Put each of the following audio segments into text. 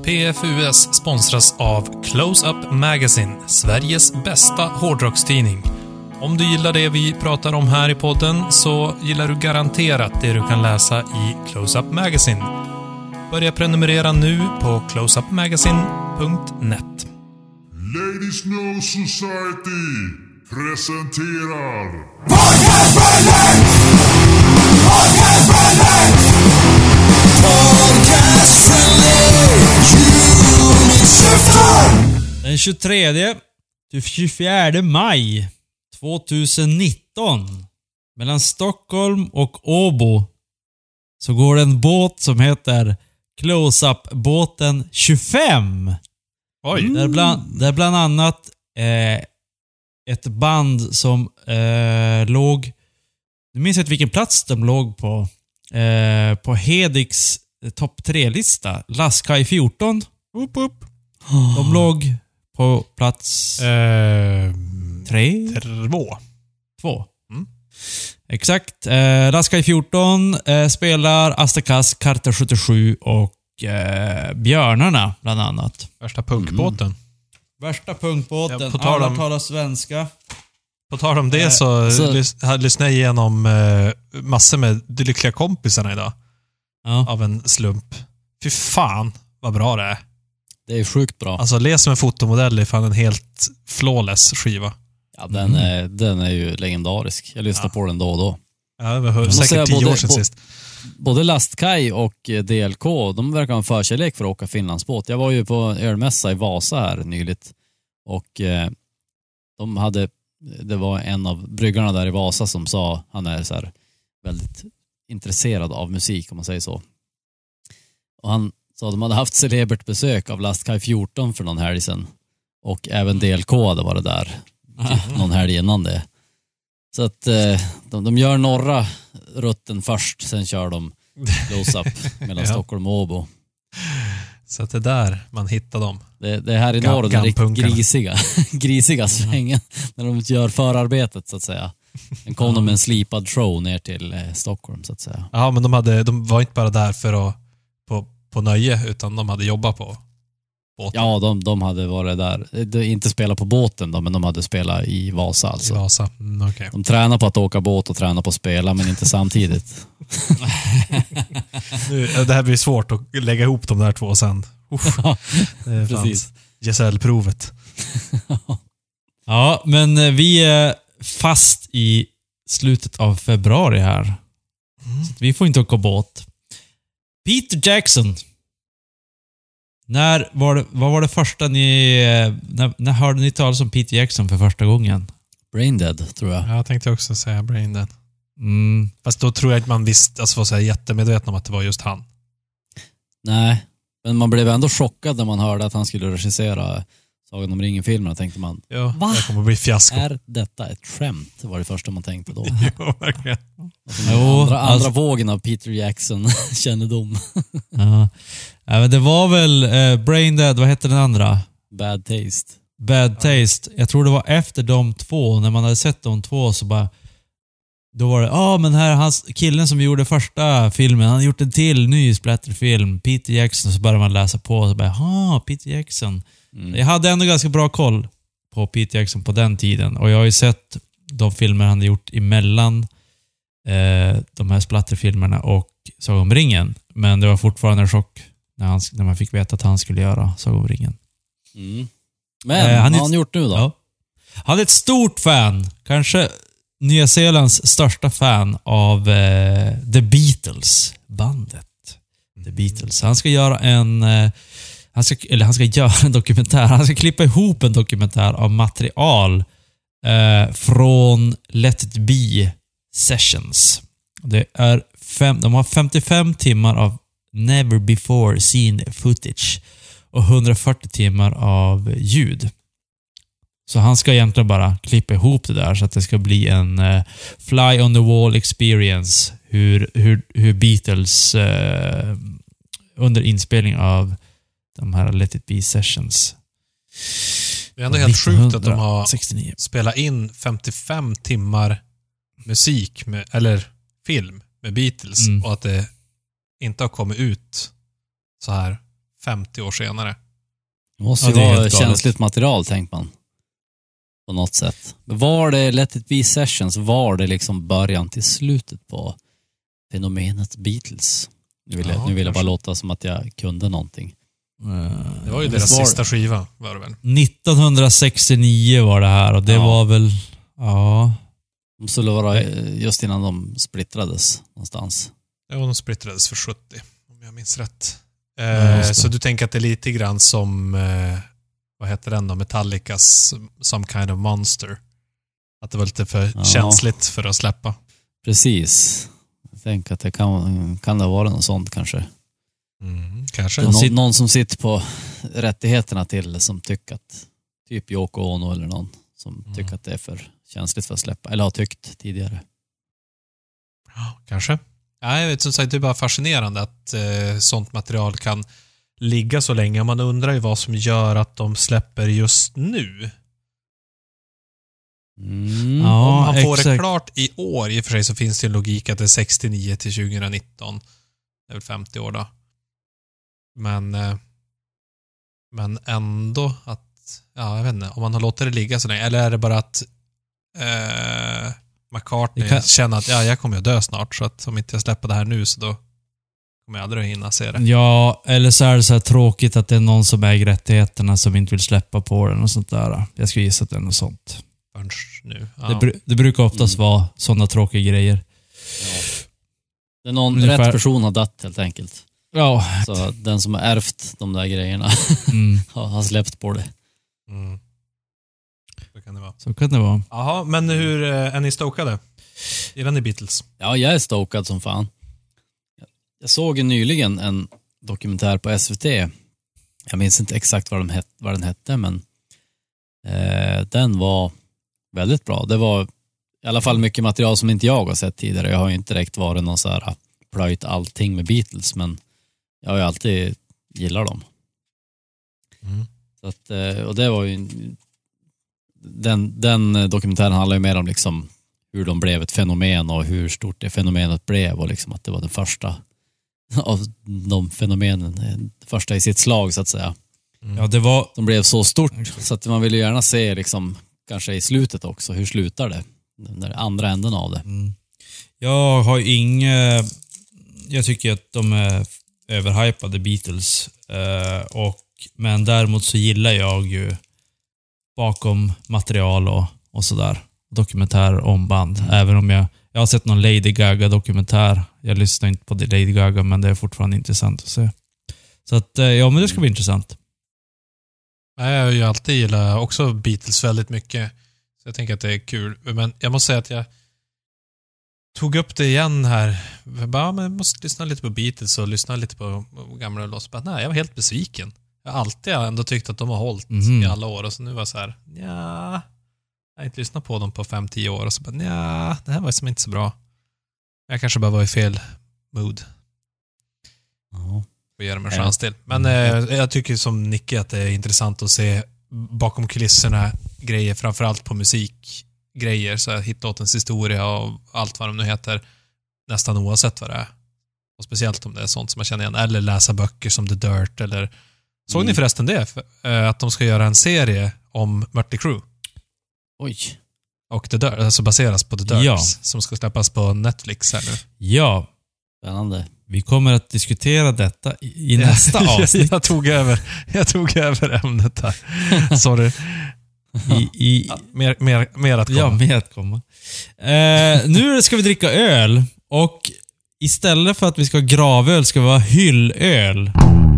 PFUS sponsras av Close Up Magazine, Sveriges bästa hårdrockstidning. Om du gillar det vi pratar om här i podden så gillar du garanterat det du kan läsa i Close Up Magazine. Börja prenumerera nu på closeupmagazine.net. Ladies No Society presenterar Podcastbranden! Den 23 till 24 maj 2019 mellan Stockholm och Åbo så går en båt som heter Close-Up-båten 25. Oj. Där bland annat ett band som låg... Jag minns inte vilken plats de låg på Hediks topp 3-lista. Laskai 14. De låg på plats 3? 2. Exakt. Laskai 14 spelar Astakas, Karta 77 och Björnarna bland annat. Värsta punkbåten. Värsta punkbåten. Ja, på tal om- Alla talar svenska. På tal om det så lyssnade jag igenom massor med De lyckliga kompisarna idag. Ja. Av en slump. Fy fan vad bra det är. Det är sjukt bra. Alltså läs som en fotomodell är fan en helt flawless skiva. Ja, den är ju legendarisk. Jag lyssnar på den då och då. Ja, det var måste säkert säga 10 år sedan sist. Både Lastkaj och DLK, de verkar ha en förkärlek för att åka Finlandsbåt. Jag var ju på ölmässa i Vasa här nyligt. Och det var en av bryggarna där i Vasa som sa, han är så här väldigt intresserad av musik om man säger så. Och han sa att de hade haft celebert besök av Lastkaj 14 för någon helg sedan. Och även DLK hade varit där någon helg innan det. Så att de gör norra rutten först, sen kör de close-up mellan Stockholm och Åbo. Så att det är där man hittar dem. Det är här i norr den riktigt Gampunkarna. grisiga svängen när de gör förarbetet så att säga. Sen kom de med en slipad show ner till Stockholm så att säga. Ja, men de var inte bara där för att på nöje, utan de hade jobbat på båten. Ja, de hade varit där. Inte spelat på båten då, men de hade spelat i Vasa alltså. I Vasa. Okay. De tränar på att åka båt och tränar på att spela, men inte samtidigt. Det här blir svårt att lägga ihop de där två sen. Det är Precis. gesällprovet. Ja, men vi är fast i slutet av februari här. Så att vi får inte åka båt. Peter Jackson. Vad var det första när hörde ni talas om Peter Jackson för första gången? Braindead, tror jag. Jag tänkte också säga Braindead. Fast då tror jag inte man visste, alltså var så här jättemedveten om att det var just han. Nej, men man blev ändå chockad när man hörde att han skulle regissera Sagan om ringen-filmerna, tänkte man. Ja, Va? det kommer bli fiasko. Är detta ett skämt? Var det första man tänkte då. Ja, verkligen. Andra vågen av Peter Jackson-kännedom. Ja, men det var väl Braindead, vad hette den andra? Bad Taste. Bad Taste. Jag tror det var efter de två, när man hade sett de två så bara... Då var det, men här hans killen som gjorde första filmen, han har gjort en till ny splatterfilm, Peter Jackson, så började man läsa på och så bara, Peter Jackson. Jag hade ändå ganska bra koll på Peter Jackson på den tiden, och jag har ju sett de filmer han hade gjort emellan de här splatterfilmerna och Sagan om ringen, men det var fortfarande en chock när man fick veta att han skulle göra Sagan om ringen. Men vad har han gjort nu då? Ja. Han är ett stort fan, kanske Nya Zeelands största fan av The Beatles, bandet The Beatles. Han ska göra en dokumentär. Han ska klippa ihop en dokumentär av material från Let It Be Sessions. De har 55 timmar av never before seen footage och 140 timmar av ljud. Så han ska egentligen bara klippa ihop det där så att det ska bli en fly on the wall experience. Hur Beatles under inspelning av de här Let It Be Sessions. Det är ändå helt sjukt att de har 1969. spelat in 55 timmar musik eller film med Beatles och att det inte har kommit ut så här 50 år senare. Det måste Ja, ju det är vara helt galet. känsligt material, tänker man. På något sätt. Var det Let It Be Sessions, var det liksom början till slutet på fenomenet Beatles? Nu vill jag bara låta som att jag kunde någonting. Det var ju Men deras det var- sista skiva, var det väl? 1969 var det här och det Ja. var väl... Ja. De skulle vara just innan de splittrades någonstans. Ja, de splittrades för 70, om jag minns rätt. just det. Så du tänker att det är lite grann som, vad heter den då, Metallicas Some Kind of Monster. Att det var lite för känsligt för att släppa. Precis. Jag tänker att det kan det vara något sånt kanske. Kanske. Det är någon som sitter på rättigheterna till det, som tycker att, typ Yoko Ono eller någon, som tycker att det är för känsligt för att släppa. Eller har tyckt tidigare. Ja, kanske. Ja, jag vet, som sagt, det är bara fascinerande att sånt material kan ligga så länge. Man undrar ju vad som gör att de släpper just nu. Om Ja, han får det exakt. klart i år, i och för sig så finns det en logik att det är 69 till 2019. Det är väl 50 år då. Men ändå att, ja, jag vet inte, om man har låtit det ligga så länge, eller är det bara att McCartney känner att jag kommer att dö snart, så att om inte jag släpper det här nu så då kommer jag aldrig att hinna se det. Ja, eller så är det så här tråkigt att det är någon som äger rättigheterna som inte vill släppa på den och sånt där. Jag skulle gissa att det är något sånt. Först nu. Ja. Det brukar oftast vara sådana tråkiga grejer. Det är någon Ungefär. rätt person har dött helt enkelt. Ja. Så den som har ärvt de där grejerna Mm, har släppt på det. Mm. Så kan det vara. så kan det vara. Jaha, men hur är ni stokade? Gillar ni Beatles? Ja, jag är stokad som fan. Jag såg ju nyligen en dokumentär på SVT. Jag minns inte exakt vad den hette, men den var väldigt bra. Det var i alla fall mycket material som inte jag har sett tidigare. Jag har ju inte direkt varit någon så här plöjt allting med Beatles, men jag har ju alltid gillat dem. Så att, och det var ju den dokumentären handlar ju mer om liksom hur de blev ett fenomen och hur stort det fenomenet blev, och liksom att det var den första av de fenomenen, det första i sitt slag så att säga. Ja, det var... De blev så stort så att man vill ju gärna se liksom, kanske i slutet också, hur slutar det? Den där andra änden av det. Jag har jag tycker att de är överhypade, Beatles. Men däremot så gillar jag ju bakom material och sådär. Dokumentärer om band. Även om jag har sett någon Lady Gaga-dokumentär. Jag lyssnar inte på Lady Gaga, men det är fortfarande intressant att se. Så att, ja, men det ska bli intressant. Jag har ju alltid gillat också Beatles väldigt mycket. Så jag tänker att det är kul. Men jag måste säga att jag tog upp det igen här. Jag bara, men jag måste lyssna lite på Beatles och lyssna lite på gamla låtar. Nej, jag var helt besviken. Jag har alltid ändå tyckt att de har hållit i alla år. Och så nu var jag så här, jag har inte lyssnat på dem på 5-10 år. Och så bara, det här var som inte så bra. Jag kanske bara var i fel mood. Ja. Och ge dem en chans till. Men jag tycker som Nicke att det är intressant att se bakom kulisserna grejer, framförallt på musikgrejer, så här hitlåtens historia och allt vad de nu heter, nästan oavsett vad det är. Och speciellt om det är sånt som man känner igen, eller läsa böcker som The Dirt, eller såg ni förresten det? Att de ska göra en serie om Mötley Crüe Oj. och The Dirt, alltså baseras på The Dirt, Ja. som ska släppas på Netflix här nu. Ja, Spännande. vi kommer att diskutera detta i nästa avsnitt. Jag tog över ämnet här. Sorry. Mer att komma. Ja, mer att komma. Nu ska vi dricka öl och istället för att vi ska ha gravöl ska vi ha hyllöl.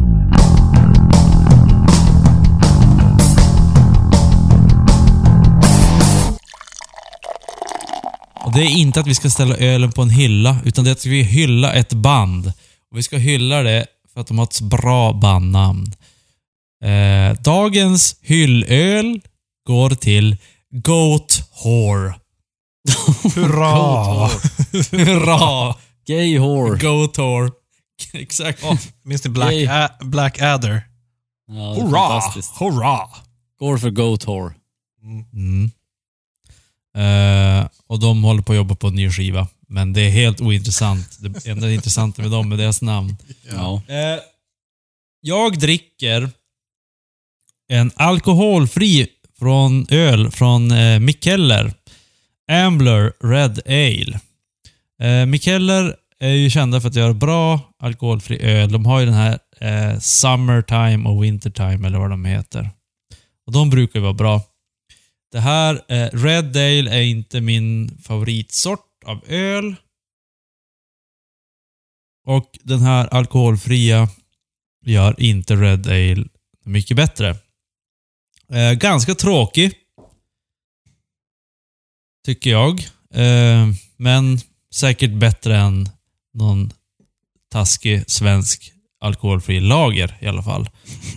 Och det är inte att vi ska ställa ölen på en hylla, utan det är att vi hylla ett band. Och vi ska hylla det för att de har ett bra bandnamn. Dagens hyllöl går till Goat Whore. Hurra! Hurra! Gay whore. Goat Whore. Exakt. Minns ni Yay. Black Adder? Ja, det är Hurra! fantastiskt. Hurra! Går för goat whore. Mm. Och de håller på att jobba på en ny skiva. Men det är helt ointressant. Det enda intressanta med dem är deras namn. Ja. Jag dricker en alkoholfri öl från Mikkeller. Ambler Red Ale. Mikkeller är ju kända för att göra bra alkoholfri öl. De har ju den här Summertime och Wintertime eller vad de heter. Och de brukar ju vara bra. Det här Red Ale är inte min favoritsort av öl. Och den här alkoholfria gör inte Red Ale mycket bättre. Ganska tråkig. Tycker jag. Men säkert bättre än någon taskig svensk alkoholfri lager i alla fall.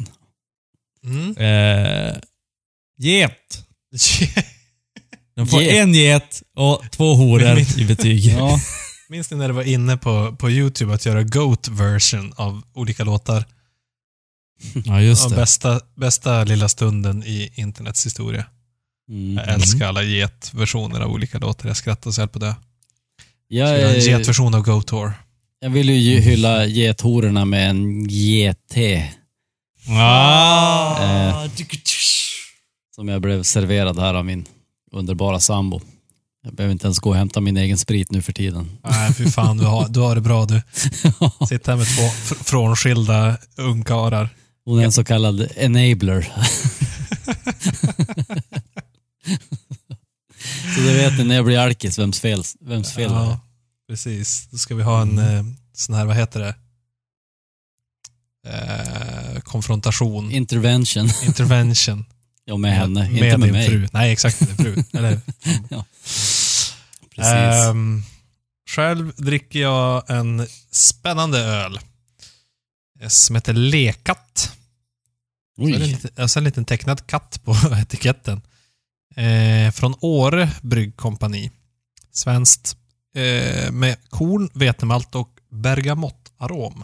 Get. De får en get och 2 horor i betyg. Ja. Minns ni när det var inne på YouTube att göra GOAT-version av olika låtar? Ja, just det. Bästa lilla stunden i internets historia. Jag älskar alla get-versioner av olika låtar. Jag skrattar så här på det. En get-version av GOAT-Tour. Jag vill ju hylla gethororna med en GT. Som jag blev serverad här av min underbara sambo. Jag behöver inte ens gå och hämta min egen sprit nu för tiden. Nej, fy fan, du har det bra du. Sitter här med 2 frånskilda ungkarlar. Hon är en så kallad enabler. Så det vet ni, när jag blir alkis, vems fel det är. Precis. Då ska vi ha en sån här, vad heter det? Konfrontation. Intervention. Ja, med henne, inte med mig. Fru. Nej, exakt, med fru. Eller? Ja. Precis. Själv dricker jag en spännande öl som heter Lekat. Så en liten tecknad katt på etiketten. Från Åre Bryggkompani. Svenskt. Med korn, vetemalt och bergamott-arom.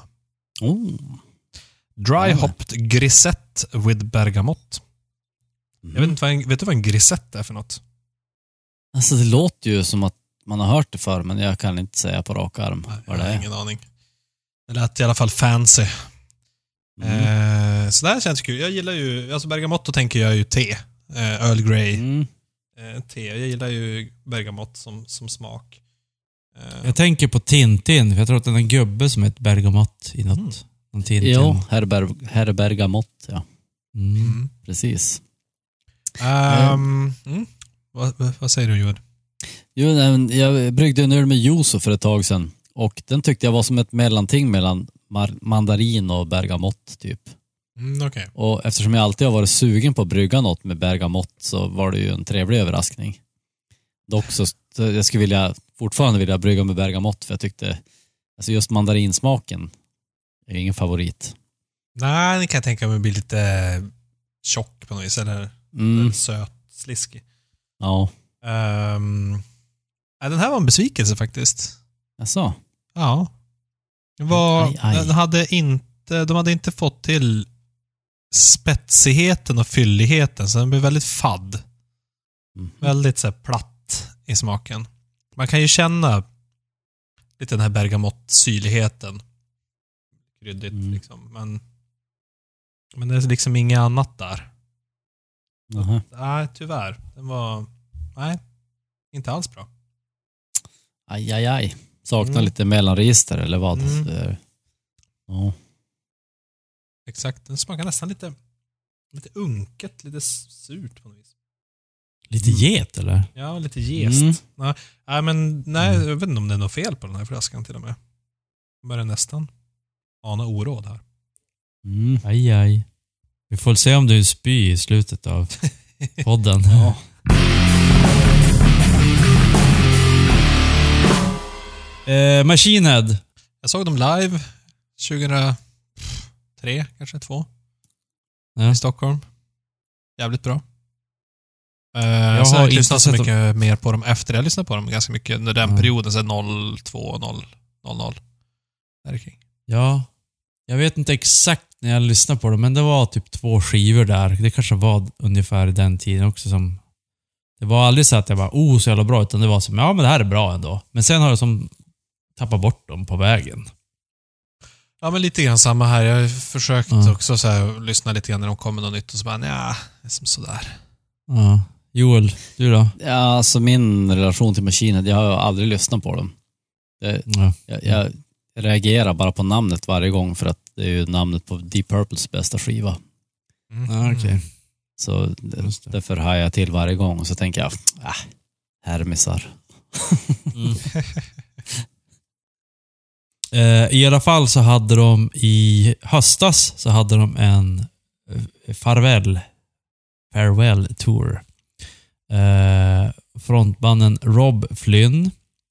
Dry hopped grisette with bergamott. Jag vet inte vet du vad en grisette är för något? Alltså det låter ju som att man har hört det förr, men jag kan inte säga på rak arm vad det är. Ingen aning. Det lät i alla fall fancy. Så det här känns kul. Jag gillar ju, alltså bergamotto tänker jag ju te. Earl Grey. Te. Jag gillar ju bergamott som smak. Jag tänker på Tintin, för jag tror att det är en gubbe som heter Bergamott i något. Någon Tintin. Jo, herr Bergamott, ja. Precis. Vad säger du, Joel? Jo, jag bryggde en öl med juice för ett tag sedan. Och den tyckte jag var som ett mellanting mellan mandarin och bergamott typ. Okay. Och eftersom jag alltid har varit sugen på att brygga något med bergamott så var det ju en trevlig överraskning. Dock så jag skulle fortfarande vilja brygga med bergamott, för jag tyckte alltså just mandarinsmaken är ingen favorit. Nej, det kan jag tänka mig bli lite tjock på något vis, eller söt, sliskig. Ja. Den här var en besvikelse faktiskt. Jaså? Ja. De hade inte fått till spetsigheten och fylligheten, så den blev väldigt fadd. Väldigt så här platt i smaken. Man kan ju känna lite den här bergamott-syrligheten. Kryddigt liksom. Men det är liksom inget annat där. Nej, tyvärr. Den var... Nej, inte alls bra. Aj. Saknar lite mellanregister eller vad? Ja. Exakt. Den smakar nästan lite unket, lite surt på något vis. Lite get, eller? Ja, lite gest. Nej, jag vet inte om det är något fel på den här flaskan till och med. Jag börjar nästan ana oråd här. Aj. Vi får se om du spyr i slutet av podden. Ja. Machine Head. Jag såg dem live 2003, kanske 2. Ja. I Stockholm. Jävligt bra. Jag har inte lyssnat så mycket mer på dem efter. Jag lyssnade på dem ganska mycket under den perioden, så 02, 00. Där kring. Ja. Jag vet inte exakt när jag lyssnade på dem, men det var typ 2 skivor där. Det kanske var ungefär den tiden också som... Det var aldrig så att jag bara, så jävla bra, utan det var som, ja men det här är bra ändå. Men sen har jag som tappat bort dem på vägen. Ja, men lite grann samma här. Jag har försökt också så här, lyssna lite grann när de kommer något nytt och så bara, nej, det är som sådär. Ja. Joel, du då? Ja, alltså min relation till Machine Head, jag har aldrig lyssnat på dem. Jag reagerar bara på namnet varje gång för att det är ju namnet på Deep Purples bästa skiva. Ja, okej. Så därför har jag till varje gång och så tänker jag, hermisar. I alla fall så hade de i höstas så hade de en farewell tour. Frontmannen Rob Flynn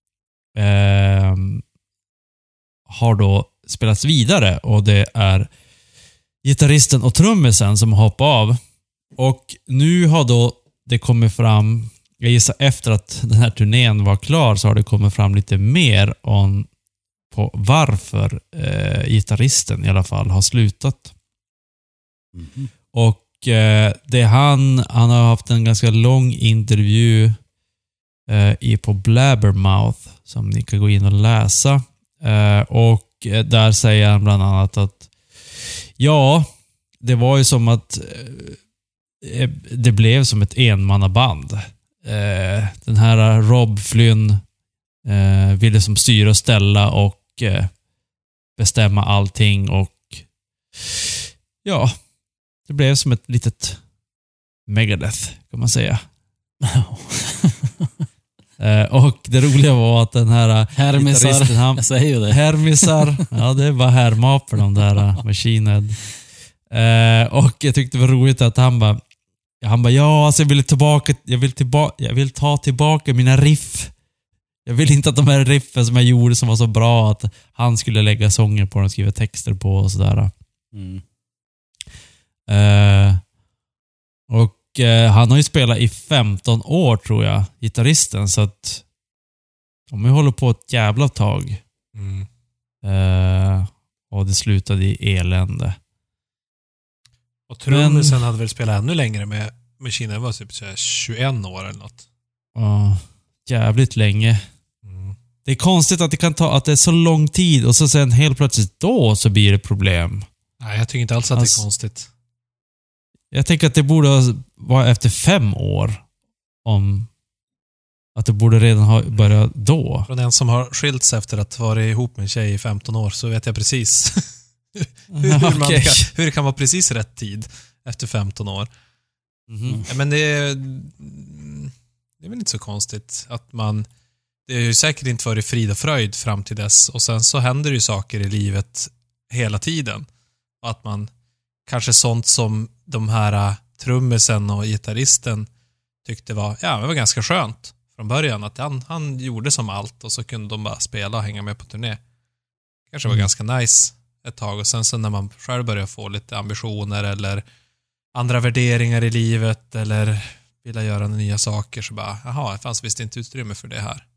har då spelats vidare och det är gitarristen och trummisen som hoppar av. Och nu har då det kommit fram, jag gissar efter att den här turnén var klar så har det kommit fram lite mer om på varför gitarristen i alla fall har slutat. Och det han har haft en ganska lång intervju på Blabbermouth som ni kan gå in och läsa. Och där säger han bland annat att ja, det var ju som att det blev som ett enmannaband. Den här Rob Flynn ville som styra och ställa och bestämma allting och ja, det blev som ett litet Megadeth kan man säga. Och det roliga var att den här Hermisar, jag säger ju det. Hermisar, ja det är bara härmap för de där Machine Head. Och jag tyckte det var roligt att han bara ja, alltså jag vill ta tillbaka mina riff. Jag vill inte att de här riffen som jag gjorde som var så bra att han skulle lägga sånger på och skriva texter på och sådär. Han har ju spelat i 15 år tror jag, gitarristen, så att de har ju hållit på ett jävla tag. Och det slutade i elände. Och trummisen hade väl spelat ännu längre med Machine Head, var typ 21 år eller något. Ja, jävligt länge. Det är konstigt att det kan ta, att det är så lång tid och så sen helt plötsligt då så blir det problem. Nej, jag tycker inte alls att det är konstigt. Jag tänker att det borde vara efter 5 år. Om att det borde redan ha börjat då. Från en som har skilt sig efter att vara ihop med en tjej i 15 år så vet jag precis hur det kan vara precis rätt tid efter 15 år. Men det är väl inte så konstigt att det är ju säkert inte varit frid och fröjd fram till dess och sen så händer ju saker i livet hela tiden. Och att man kanske sånt som de här trummisen och gitarristen tyckte var ganska skönt från början. Att han gjorde som allt och så kunde de bara spela och hänga med på turné. Kanske var ganska nice ett tag och sen så när man själv börjar få lite ambitioner eller andra värderingar i livet eller vilja göra nya saker så bara, jaha, det fanns visst inte utrymme för det här.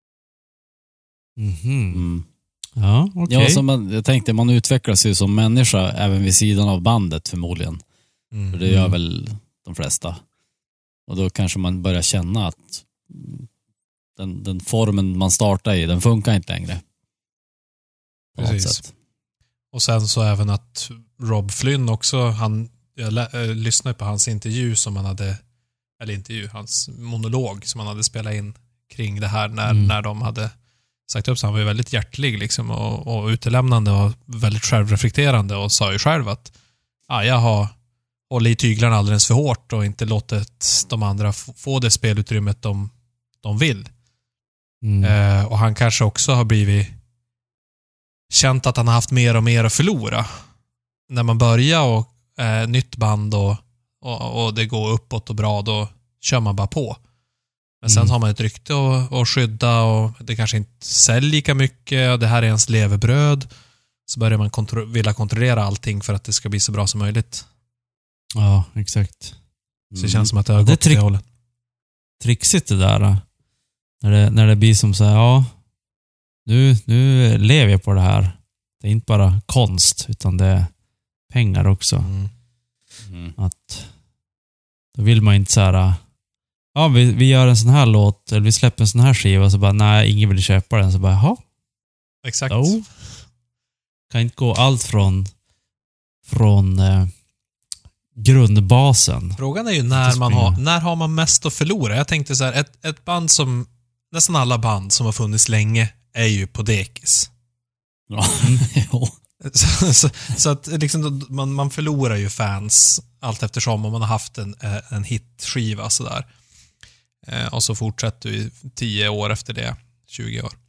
Ja, okej. Ja, jag tänkte, man utvecklas ju som människa även vid sidan av bandet förmodligen. För det gör väl de flesta. Och då kanske man börjar känna att den formen man startar i, den funkar inte längre. Precis. Och sen så även att Rob Flynn också, jag lyssnade på hans intervju som han hade, eller intervju, hans monolog som han hade spelat in kring det här när de hade sagt upp, så han var ju väldigt hjärtlig liksom och utelämnande och väldigt självreflekterande och sa ju själv att jag har hållit i tyglarna alldeles för hårt och inte låtit de andra få det spelutrymmet de vill. Och han kanske också har blivit känt att han har haft mer och mer att förlora. När man börjar och nytt band och det går uppåt och bra, då kör man bara på. Men sen har man ett rykte att skydda och det kanske inte säljer lika mycket och det här är ens levebröd. Så börjar man vilja kontrollera allting för att det ska bli så bra som möjligt. Ja, exakt. Så det känns som att det har gått till det hållet. Trixigt det där. När det blir som så här, ja, nu lever jag på det här. Det är inte bara konst utan det är pengar också. Att då vill man inte så här, ja, vi gör en sån här låt eller vi släpper en sån här skiva så bara, nej, ingen vill köpa den, så bara, jaha. Exakt. Då kan inte gå allt från grundbasen. Frågan är ju när har man mest att förlora? Jag tänkte så här, ett band som nästan alla band som har funnits länge är ju på dekis. Ja. Jo. Så att liksom, man förlorar ju fans allt eftersom om man har haft en hitskiva sådär. Och så fortsätter du 10 år efter det, 20 år.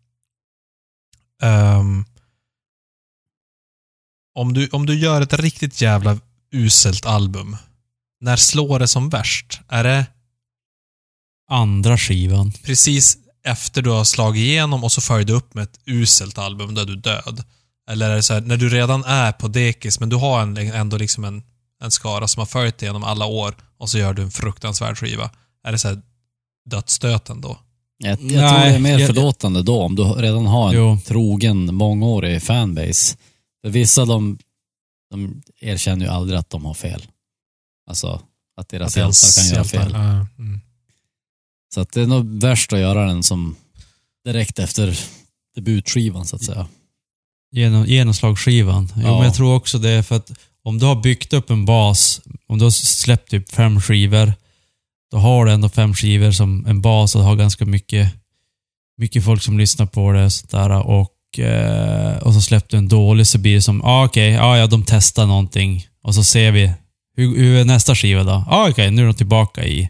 Om du gör ett riktigt jävla uselt album, när slår det som värst? Är det Andra skivan. precis efter du har slagit igenom och så följer du upp med ett uselt album där du är död? Eller är det så här, när du redan är på dekis men du har ändå liksom en skara som har följt dig genom alla år och så gör du en fruktansvärd skiva? Är det så här dödsstöten då? Jag tror det är mer förlåtande då om du redan har en trogen, mångårig fanbase. För vissa de erkänner ju aldrig att de har fel. Alltså att deras hjältar kan göra fel. Så att det är nog värst att göra den som direkt efter debutskivan så att säga. Genomslagsskivan. Jo, men jag tror också det är för att om du har byggt upp en bas, om du har släppt typ 5 skivor, då har du ändå 5 skivor som en bas och har ganska mycket folk som lyssnar på det och sådär. Och så släppte en dålig så blir det som, de testar någonting och så ser vi hur är nästa skiva då? Okej, nu är de tillbaka i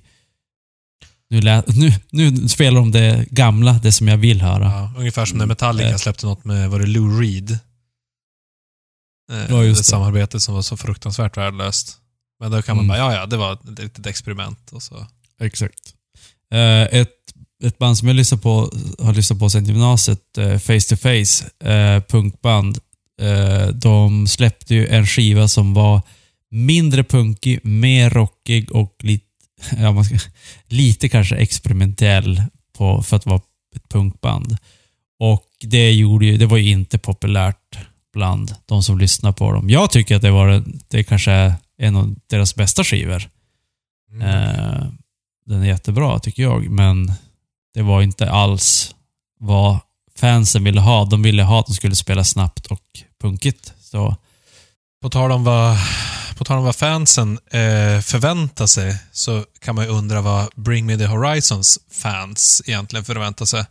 nu spelar de det gamla, det som jag vill höra. Ja, ungefär som när Metallica släppte något med, var det Lou Reed? Ja, just det. Samarbetet som var så fruktansvärt värdelöst. Men då kan man bara, det var ett litet experiment. Och så. Exakt. Ett band som jag har lyssnat på sedan gymnasiet, Face to Face, punkband. De släppte ju en skiva som var mindre punkig, mer rockig och lite kanske experimentell för att vara ett punkband. Och det var ju inte populärt bland de som lyssnar på dem. Jag tycker att det kanske är en av deras bästa skivor. Den är jättebra tycker jag, men det var inte alls vad fansen ville ha. De ville ha att de skulle spela snabbt och punkigt. Så. På tal om vad fansen förväntar sig, så kan man ju undra vad Bring Me The Horizons fans egentligen förväntar sig.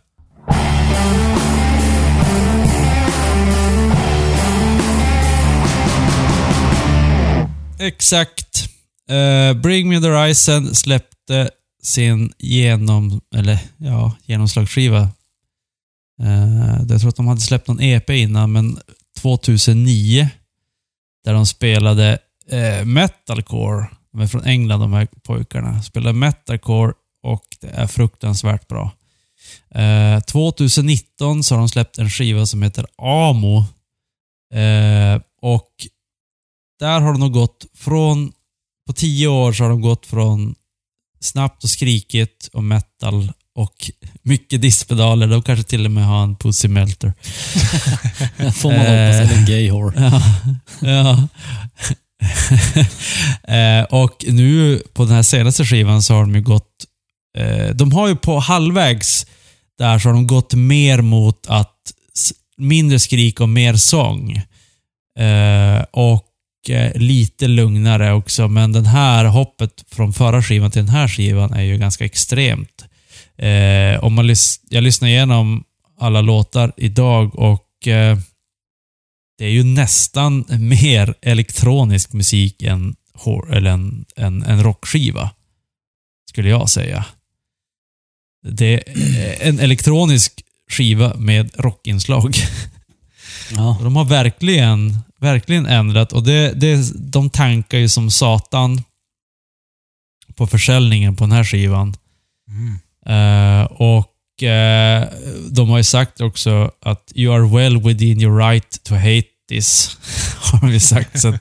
Exakt. Bring Me The Horizon släppte sin genomslagsskiva. Jag tror att de hade släppt någon EP innan, men 2009 där de spelade metalcore. De är från England, de här pojkarna. Spelade metalcore och det är fruktansvärt bra. 2019 så har de släppt en skiva som heter Amo. Och där har de nog gått på 10 år så har de gått från snabbt och skrikigt och metal och mycket diskpedaler. De kanske till och med har en Pussy Melter. Får man hoppas, eller en gay whore. Ja. Och nu på den här senaste skivan så har de ju gått de har ju på halvvägs där så har de gått mer mot att mindre skrik och mer sång. Och lite lugnare också, men den här hoppet från förra skivan till den här skivan är ju ganska extremt. Jag lyssnar igenom alla låtar idag och det är ju nästan mer elektronisk musik än en rockskiva, skulle jag säga. Det är en elektronisk skiva med rockinslag. Ja. De har verkligen ändrat och de tankar ju som satan på försäljningen på den här skivan. Och de har ju sagt också att you are well within your right to hate this, har de sagt. Så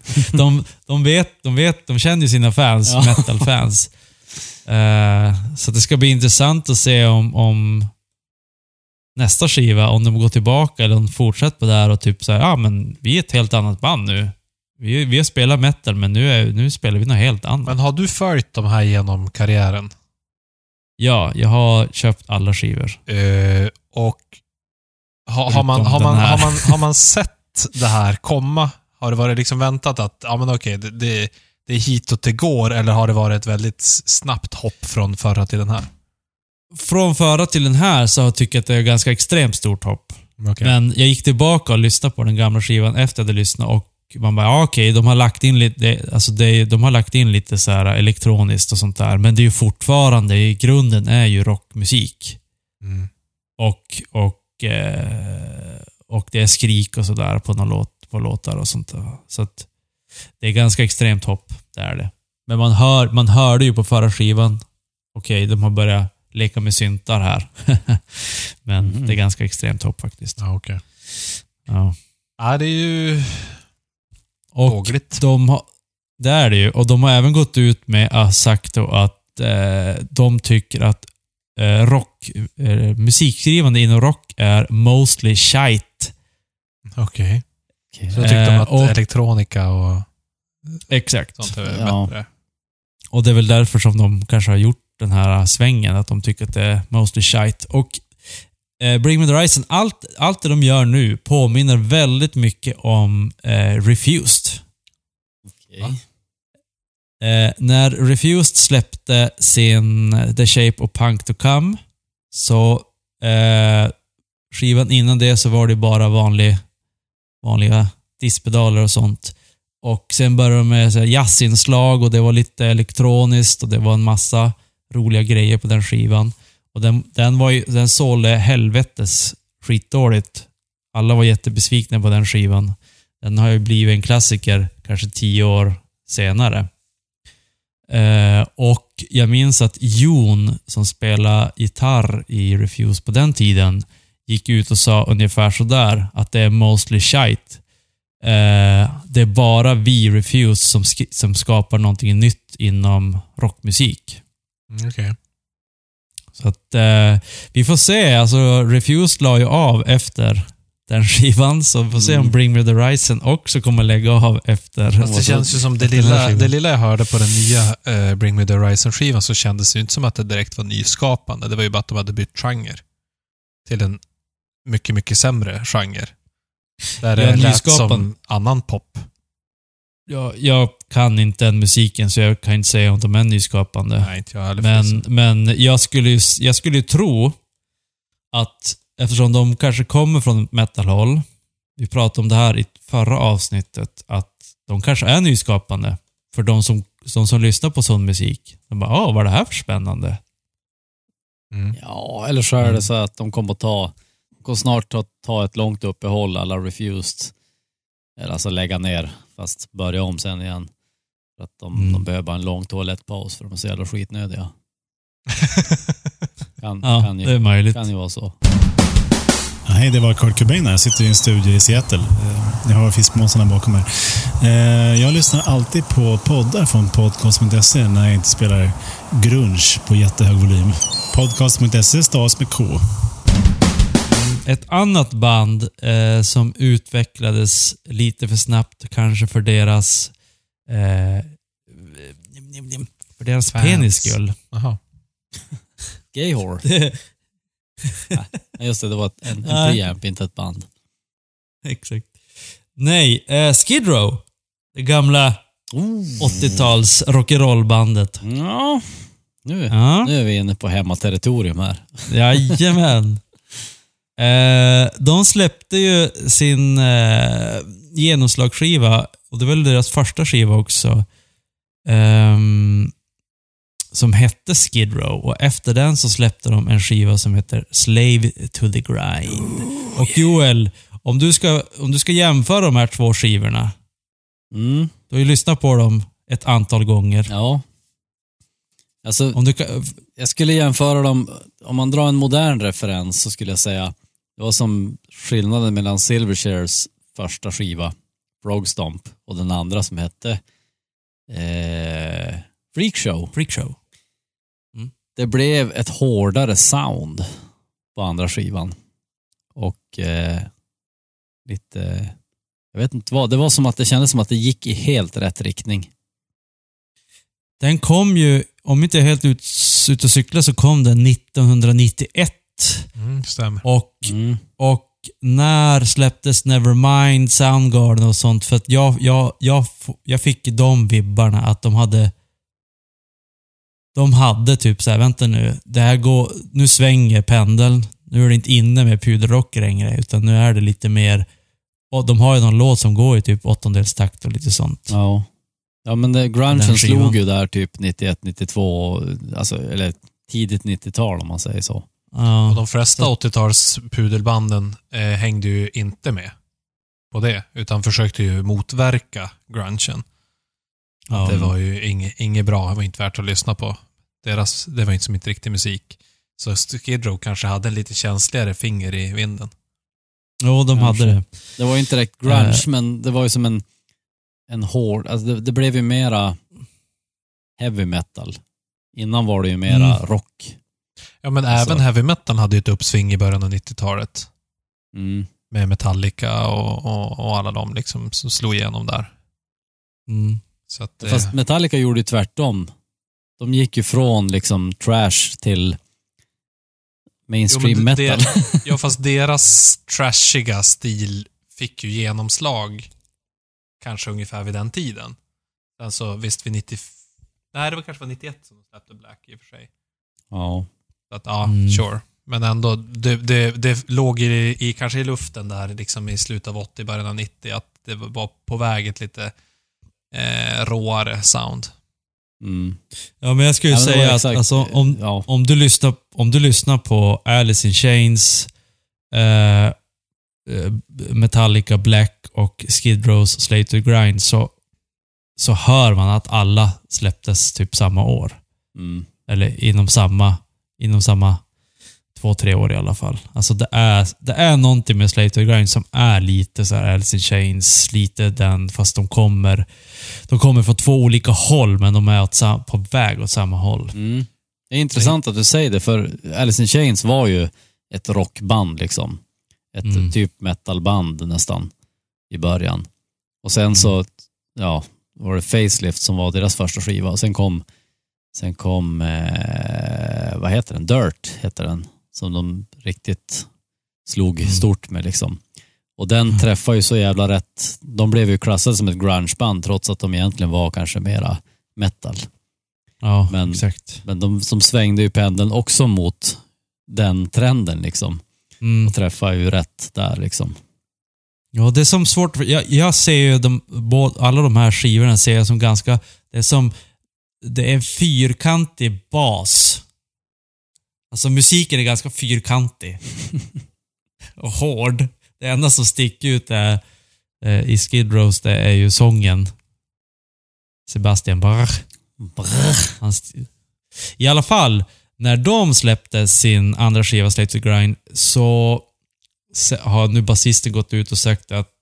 de känner ju sina fans, metal-fans. Så det ska bli intressant att se om nästa skiva, om de går tillbaka eller om de fortsätter på det här och typ såhär, men vi är ett helt annat band nu. Vi har spelat metal, men nu spelar vi något helt annat. Men har du följt de här genom karriären? Ja, jag har köpt alla skivor. Och har man sett sett det här komma? Har det varit liksom väntat att ja men okej, det är hitåt det går, eller har det varit ett väldigt snabbt hopp från förra till den här? Från förra till den här så tycker jag att det är ganska extremt stort hopp. Okay. Men jag gick tillbaka och lyssnade på den gamla skivan efter jag hade lyssnat och man bara, ja, okej, de har lagt in lite, de har lagt in lite så här elektroniskt och sånt där, men det är ju fortfarande, i grunden är ju rockmusik. Mm. Och det är skrik och sådär på låtar och sånt där. Så att det är ganska extremt hopp, det är det. Men man hörde ju på förra skivan, okej, de har börjat leka med syntar här. Men det är ganska extremt hopp faktiskt. Ja, okej. Ja. Ja, det är ju och vågligt. Det är det ju. Och de har även gått ut med att sagt då att de tycker att musikskrivande inom rock är mostly shite. Okej. Så tyckte de att elektronika och exakt. sånt är bättre. Och det är väl därför som de kanske har gjort den här svängen, att de tycker att det är mostly shite. Och Bring Me The Horizon, allt det de gör nu påminner väldigt mycket om Refused. Okej. När Refused släppte sin The Shape of Punk to Come, så skivan innan det så var det bara vanliga diskpedaler och sånt. Och sen började de med så här jazzinslag och det var lite elektroniskt och det var en massa roliga grejer på den skivan. Och den sålde helvetes skitdåligt. Alla var jättebesvikna på den skivan. Den har ju blivit en klassiker kanske 10 år senare. Och jag minns att Jon, som spelade gitarr i Refused på den tiden, gick ut och sa ungefär så där att det är mostly shite. Det är bara vi Refused som skapar någonting nytt inom rockmusik. Okej. Så att vi får se. Alltså Refused la ju av efter den skivan, så vi får se om Bring Me The Horizon också kommer lägga av efter. Fast det känns ju som det lilla jag hörde på den nya Bring Me The Horizon-skivan, så kändes det ju inte som att det direkt var nyskapande. Det var ju bara att de hade bytt genre till en mycket, mycket sämre genre. Där det lät som annan pop. Jag kan inte den musiken, så jag kan inte säga om de är nyskapande. Nej, inte jag heller. Men jag skulle ju tro att eftersom de kanske kommer från ett metalhåll, vi pratade om det här i förra avsnittet, att de kanske är nyskapande för de som lyssnar på sån musik. De bara, vad är det här för spännande? Mm. Ja, eller så är det så att de kommer snart ta ett långt uppehåll alla Refused. Eller alltså lägga ner, fast börja om sen igen. För att de behöver bara en lång toalettpaus för de är så jävla skitnödiga. Det är möjligt. Kan ju vara så. Ja, hej, det var Kurt Cobain här. Jag sitter i en studio i Seattle. Jag har fiskmåsarna bakom mig. Jag lyssnar alltid på poddar från podcast.se när jag inte spelar grunge på jättehög volym. Podcast.se stavas med K. Ett annat band som utvecklades lite för snabbt, kanske för deras penis skull. Aha. Gay whore. Just det var en preamp, inte ett band. Exakt. Nej, Skid Row. Det gamla 80-tals rock'n'roll-bandet. Ja, nu är vi inne på hemmaterritorium här. Jajamän. De släppte ju sin genomslagsskiva, och det var väl deras första skiva också, som hette Skid Row, och efter den så släppte de en skiva som heter Slave to the Grind. Och Joel, om du ska jämföra de här två skivorna, du har ju lyssnat på dem ett antal gånger. Ja. Alltså, jag skulle jämföra dem, om man drar en modern referens så skulle jag säga det var som skillnaden mellan Silvershares första skiva Frog Stomp och den andra som hette Freak Show. Det blev ett hårdare sound på andra skivan. Och lite, jag vet inte vad, det var som att det kändes som att det gick i helt rätt riktning. Den kom ju, om inte helt ut och cykla, så kom den 1991. Stämmer. Och när släpptes Nevermind, Soundgarden och sånt? För att jag fick de vibbarna att de hade typ så här, vänta nu, det här går, nu svänger pendeln. Nu är det inte inne med puderrock längre, utan nu är det lite mer, och de har ju någon låt som går i typ 8/8-takt och lite sånt. Ja. Ja, men grungen slog ju där typ 91, 92, alltså, eller tidigt 90-tal om man säger så. Ja. Och de flesta 80-tals pudelbanden hängde ju inte med på det, utan försökte ju motverka grungen. Ja. Det var ju inget bra, det var inte värt att lyssna på. Det var inte som inte riktig musik. Så Skid Row kanske hade en lite känsligare finger i vinden. Jo, de hade det. Det var ju inte direkt grunge, men det var ju som en hård, alltså det blev ju mera heavy metal. Innan var det ju mera rock. Ja, men alltså, även heavy metal hade ju ett uppsving i början av 90-talet. Mm. Med Metallica och alla de liksom som slog igenom där. Mm. Så att, fast Metallica gjorde ju tvärtom. De gick ju från liksom trash till mainstream metal. Ja, fast deras trashiga stil fick ju genomslag kanske ungefär vid den tiden. Alltså visst vid 90... Nej, det var kanske 91 som de släppte Black i och för sig. Ja. Så att, ja, sure. Men ändå, det låg kanske i luften där liksom i slutet av 80, början av 90, att det var på väg ett lite råare sound. Mm. Ja, men jag skulle ju säga att alltså, om du lyssnar på Alice in Chains, Metallica Black och Skid Rows Slave to Grind, så hör man att alla släpptes typ samma år. Mm. Eller inom samma 2-3 år i alla fall. Alltså det är någonting med Slave to Grind som är lite så här Alice in Chains, lite den, fast de kommer från 2 olika håll, men de är på väg åt samma håll. Mm. Det är intressant att du säger det, för Alice in Chains var ju ett rockband liksom. Ett typ metalband nästan i början. Och sen så var det Facelift som var deras första skiva, och sen kom vad heter den? Dirt heter den, som de riktigt slog stort med liksom. Och den träffar ju så jävla rätt. De blev ju klassade som ett grungeband trots att de egentligen var kanske mera metal. Ja, exakt. Men de som svängde ju pendeln också mot den trenden liksom. Och träffar ju rätt där liksom. Ja, det är som svårt. Jag ser ju alla de här skivorna ser jag som ganska, det är en fyrkantig bas. Alltså musiken är ganska fyrkantig. Och hård. Det enda som sticker ut i Skid Rows, det är ju sången. Sebastian Bach. I alla fall, när de släppte sin andra skiva Slave to Grind, så har nu basisten gått ut och sagt att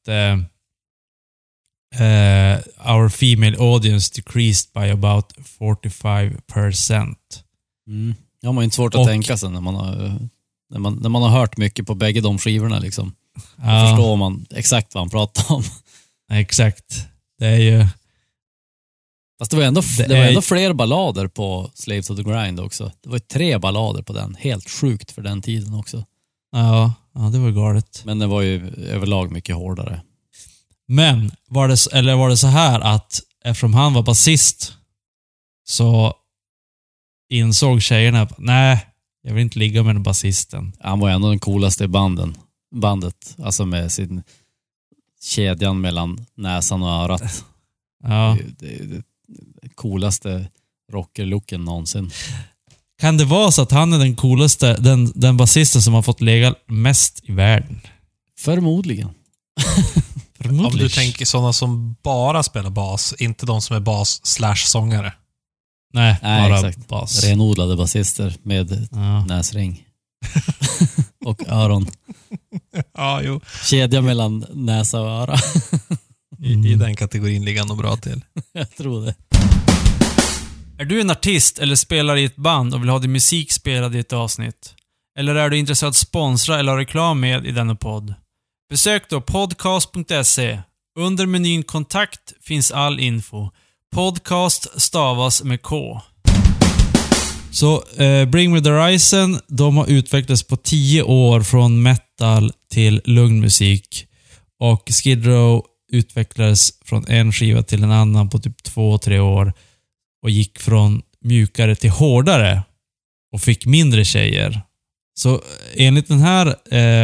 our female audience decreased by about 45%. Ja, man är inte svårt att tänka sig när man har hört mycket på bägge de skivorna liksom. Då förstår man exakt vad han pratar om. Exakt. Det är ju... Fast det var ändå fler ballader på Slaves to the Grind också. Det var 3 ballader på den. Helt sjukt för den tiden också. Ja, det var galet. Men det var ju överlag mycket hårdare. Men var det så här att eftersom han var basist så insåg tjejerna att nej, jag vill inte ligga med den basisten. Han var ändå den coolaste i bandet. Alltså med sin kedjan mellan näsan och örat. Ja. Det coolaste rockerlooken någonsin. Kan det vara så att han är den coolaste, den basisten som har fått lägga mest i världen? Förmodligen. Om du tänker sådana som bara spelar bas, inte de som är bas/sångare. Nej, bara exakt. bas. Renodlade basister med näsring. Och öron. Ja, jo. Kedja mellan näsa och öra. I den kategorin ligger han bra till. Jag tror det. Är du en artist eller spelar i ett band och vill ha din musik spelad i ett avsnitt? Eller är du intresserad att sponsra eller ha reklam med i denna podd? Besök då podcast.se. Under menyn kontakt finns all info. Podcast stavas med K. Så Bring Me The Horizon, de har utvecklats på 10 år från metal metal till lugn musik. Och Skid Row utvecklades från en skiva till en annan på typ 2-3 år. Och gick från mjukare till hårdare. Och fick mindre tjejer. Så enligt den här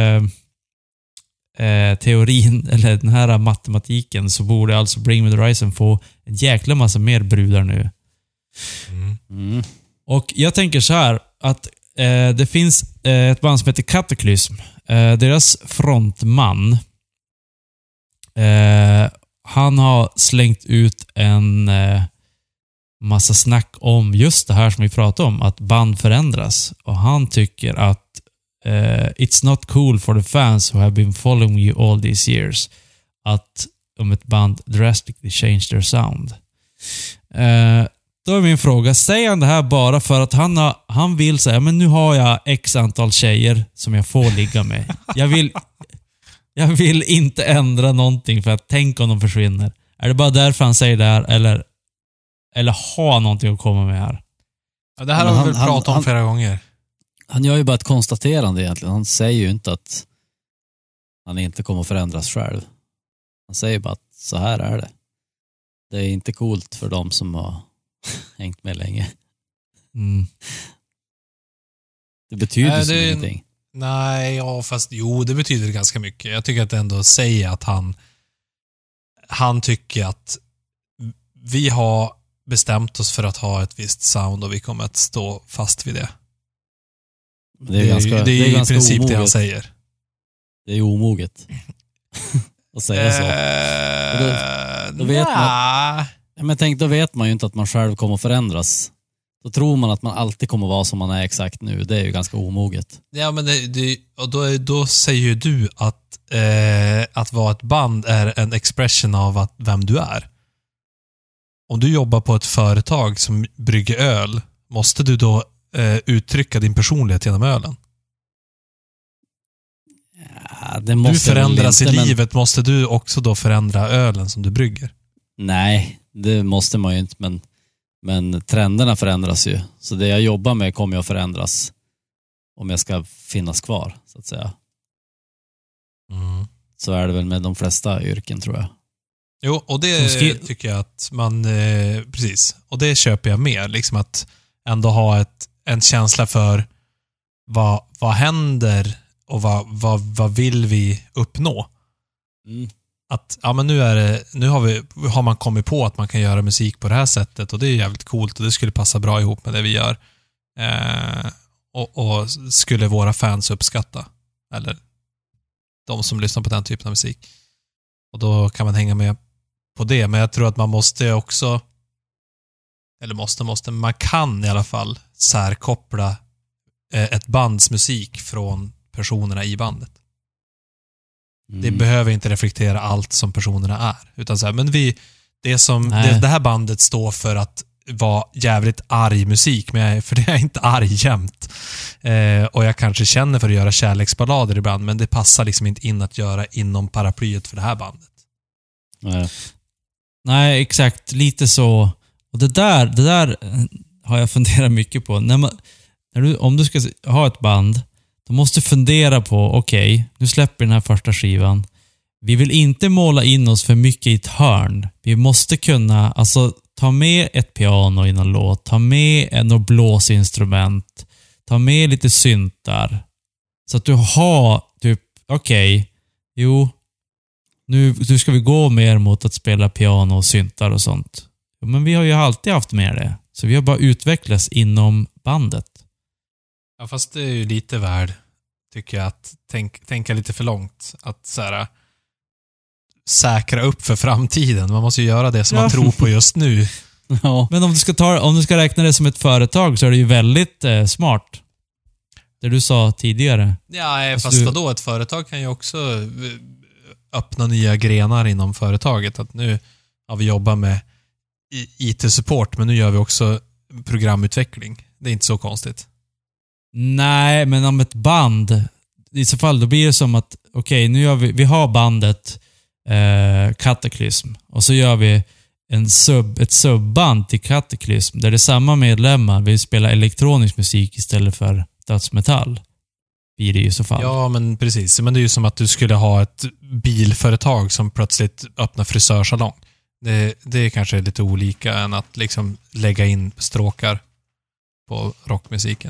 teorin, eller den här matematiken, så borde alltså Bring Me The Horizon få en jäkla massa mer brudar nu. Och jag tänker så här att det finns ett band som heter Cataclysm. Deras frontman, han har slängt ut en massa snack om just det här som vi pratade om, att band förändras. Och han tycker att it's not cool for the fans who have been following you all these years, att om ett band drastically change their sound. Då är min fråga, säger han det här bara för att han vill säga, men nu har jag x antal tjejer som jag får ligga med. Jag vill inte ändra någonting för att tänk om de försvinner. Är det bara därför han säger det här, eller har någonting att komma med här? Ja, det här har vi väl pratat om flera gånger. Han gör ju bara ett konstaterande egentligen. Han säger ju inte att han inte kommer att förändras själv. Han säger bara att så här är det. Det är inte coolt för dem som har hängt med länge. Det betyder så ingenting. Nej, ja, fast jo, det betyder ganska mycket. Jag tycker att det ändå säger att han tycker att vi har bestämt oss för att ha ett visst sound och vi kommer att stå fast vid det. Det är i princip omoget. Det han säger. Det är omoget att säga så. Då vet man, men tänk, då vet man ju inte att man själv kommer att förändras. Då tror man att man alltid kommer att vara som man är exakt nu. Det är ju ganska omoget. Ja, men och då säger ju du att vara ett band är en expression av vem du är. Om du jobbar på ett företag som brygger öl, måste du då uttrycka din personlighet genom ölen? Ja, det måste du förändras inte, i livet, måste du också då förändra ölen som du brygger? Nej, det måste man ju inte, men trenderna förändras ju. Så det jag jobbar med kommer ju att förändras om jag ska finnas kvar, så att säga. Så är det väl med de flesta yrken, tror jag. Jo, och det tycker jag att man... precis. Och det köper jag med. Liksom att ändå ha en känsla för vad händer och vad vill vi uppnå. Att ja, men nu har man kommit på att man kan göra musik på det här sättet och det är jävligt coolt och det skulle passa bra ihop med det vi gör. Och skulle våra fans uppskatta. Eller de som lyssnar på den typen av musik. Och då kan man hänga med på det. Men jag tror att man måste också, eller man kan i alla fall särkoppla ett bands musik från personerna i bandet. Det behöver inte reflektera allt som personerna är. Utan så här, men det här bandet står för att vara jävligt arg musik, för det är inte arg jämt. Och jag kanske känner för att göra kärleksballader ibland, men det passar liksom inte in att göra inom paraplyet för det här bandet. Nej, exakt. Lite så. Och det där har jag funderat mycket på. Om du ska ha ett band, då måste du fundera på, okej, nu släpper vi den här första skivan. Vi vill inte måla in oss för mycket i ett hörn. Vi måste kunna ta med ett piano i någon låt, ta med något blåsinstrument, ta med lite syntar. Så att du har typ, nu ska vi gå mer mot att spela piano och syntar och sånt. Men vi har ju alltid haft med det. Så vi har bara utvecklats inom bandet. Ja, fast det är ju lite värd, tycker jag, att tänka lite för långt. Att säkra upp för framtiden. Man måste ju göra det som man tror på just nu. Ja. Men om du ska räkna det som ett företag så är det ju väldigt smart. Det du sa tidigare. Ja, fast vadå? Ett företag kan ju också öppna nya grenar inom företaget. Att nu har vi jobbat med IT-support, men nu gör vi också programutveckling. Det är inte så konstigt. Nej, men om ett band, i så fall då blir det som att nu vi har bandet Cataclysm och så gör vi ett subband till Cataclysm där det är samma medlemmar vill spela elektronisk musik istället för dödsmetall. blir det ju i så fall. Ja, men precis. Men det är ju som att du skulle ha ett bilföretag som plötsligt öppnar frisörsalong. Det är kanske lite olika än att liksom lägga in stråkar på rockmusiken.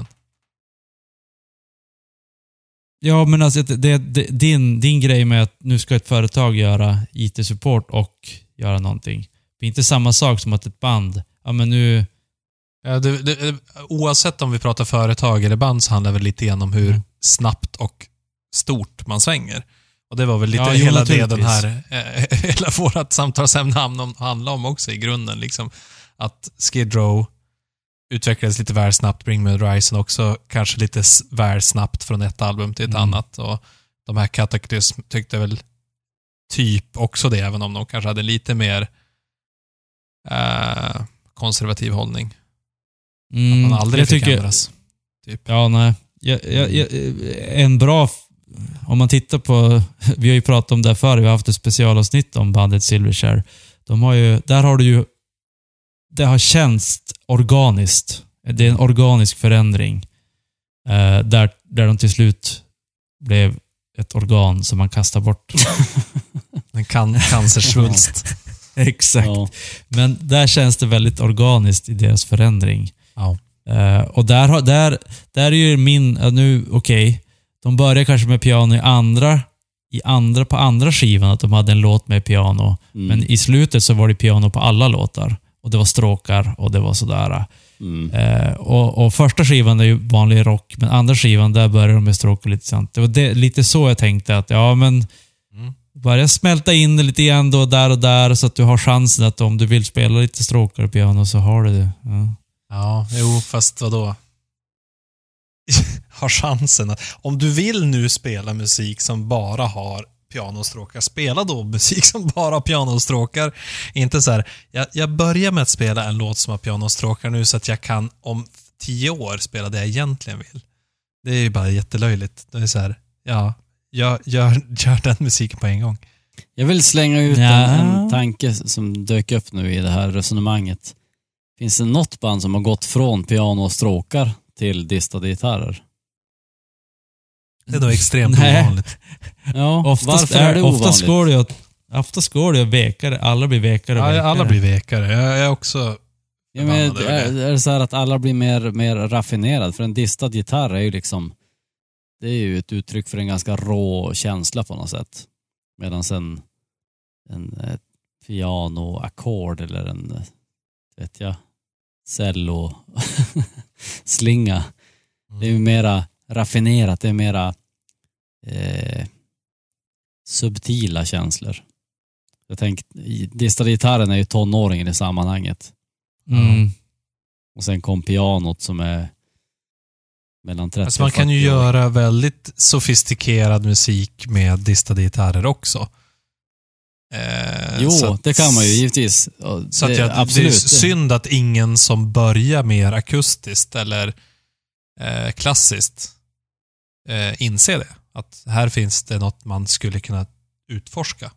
Ja, men alltså din grej med att nu ska ett företag göra IT-support och göra någonting. Det är inte samma sak som att ett band, ja men nu... Ja, oavsett om vi pratar företag eller band så handlar det väl lite grann om hur snabbt och stort man svänger. Och det var väl lite hela det den här, hela vårat samtalsämne handlar om också i grunden. Liksom, att Skid Row utvecklades lite väl snabbt, Bring Me The Horizon också kanske lite väl snabbt från ett album till ett annat. Och de här Cataclysm tyckte väl typ också det, även om de kanske hade lite mer konservativ hållning. Att man aldrig fick ändras. Typ. Ja, nej. En bra... Om man tittar på... Vi har ju pratat om det förr. Vi har haft ett specialavsnitt om bandet Silverchair. Där har du ju... Det har känts organiskt. Det är en organisk förändring. Där de till slut blev ett organ som man kastar bort. En cancersvulst. Exakt. Ja. Men där känns det väldigt organiskt i deras förändring. Ja. Och där är ju okej. De började kanske med piano på andra skivan, att de hade en låt med piano. Men i slutet så var det piano på alla låtar. Och det var stråkar och det var sådär. Och första skivan är ju vanlig rock, men andra skivan där började de med stråkar lite sant. Det var lite så jag tänkte att börja smälta in det lite grann då, där och där, så att du har chansen att om du vill spela lite stråkar och piano så har du det. Ja, fast vadå? Har chansen att... Om du vill nu spela musik som bara har pianostråkar, spela då musik som bara har pianostråkar. Inte så här, jag börjar med att spela en låt som har pianostråkar nu så att jag kan om 10 år spela det jag egentligen vill. Det är ju bara jättelöjligt. Det är så här, gör den musiken på en gång. Jag vill slänga ut en tanke som dök upp nu i det här resonemanget. Finns det något band som har gått från piano och stråkar till distade gitarrer? Det är då extremt ovanligt. Ja, varför är det ovanligt? Oftast går det att vekare. Alla blir vekare. Ja, alla blir vekare. Jag är också... Ja, men är det så här att alla blir mer raffinerad? För en distad gitarr är ju liksom... Det är ju ett uttryck för en ganska rå känsla på något sätt. Medan en piano-ackord eller en, cello-slinga. Det är ju mera raffinerat. Det är mera subtila känslor. Jag tänkte, distade gitarren är ju tonåringen i sammanhanget. Och sen kom pianot som är mellan 30 alltså man kan ju göra väldigt sofistikerad musik med distade gitarrer också. Det kan man ju givetvis. Så att det är synd att ingen som börjar mer akustiskt eller klassiskt inser det. Att här finns det något man skulle kunna utforska.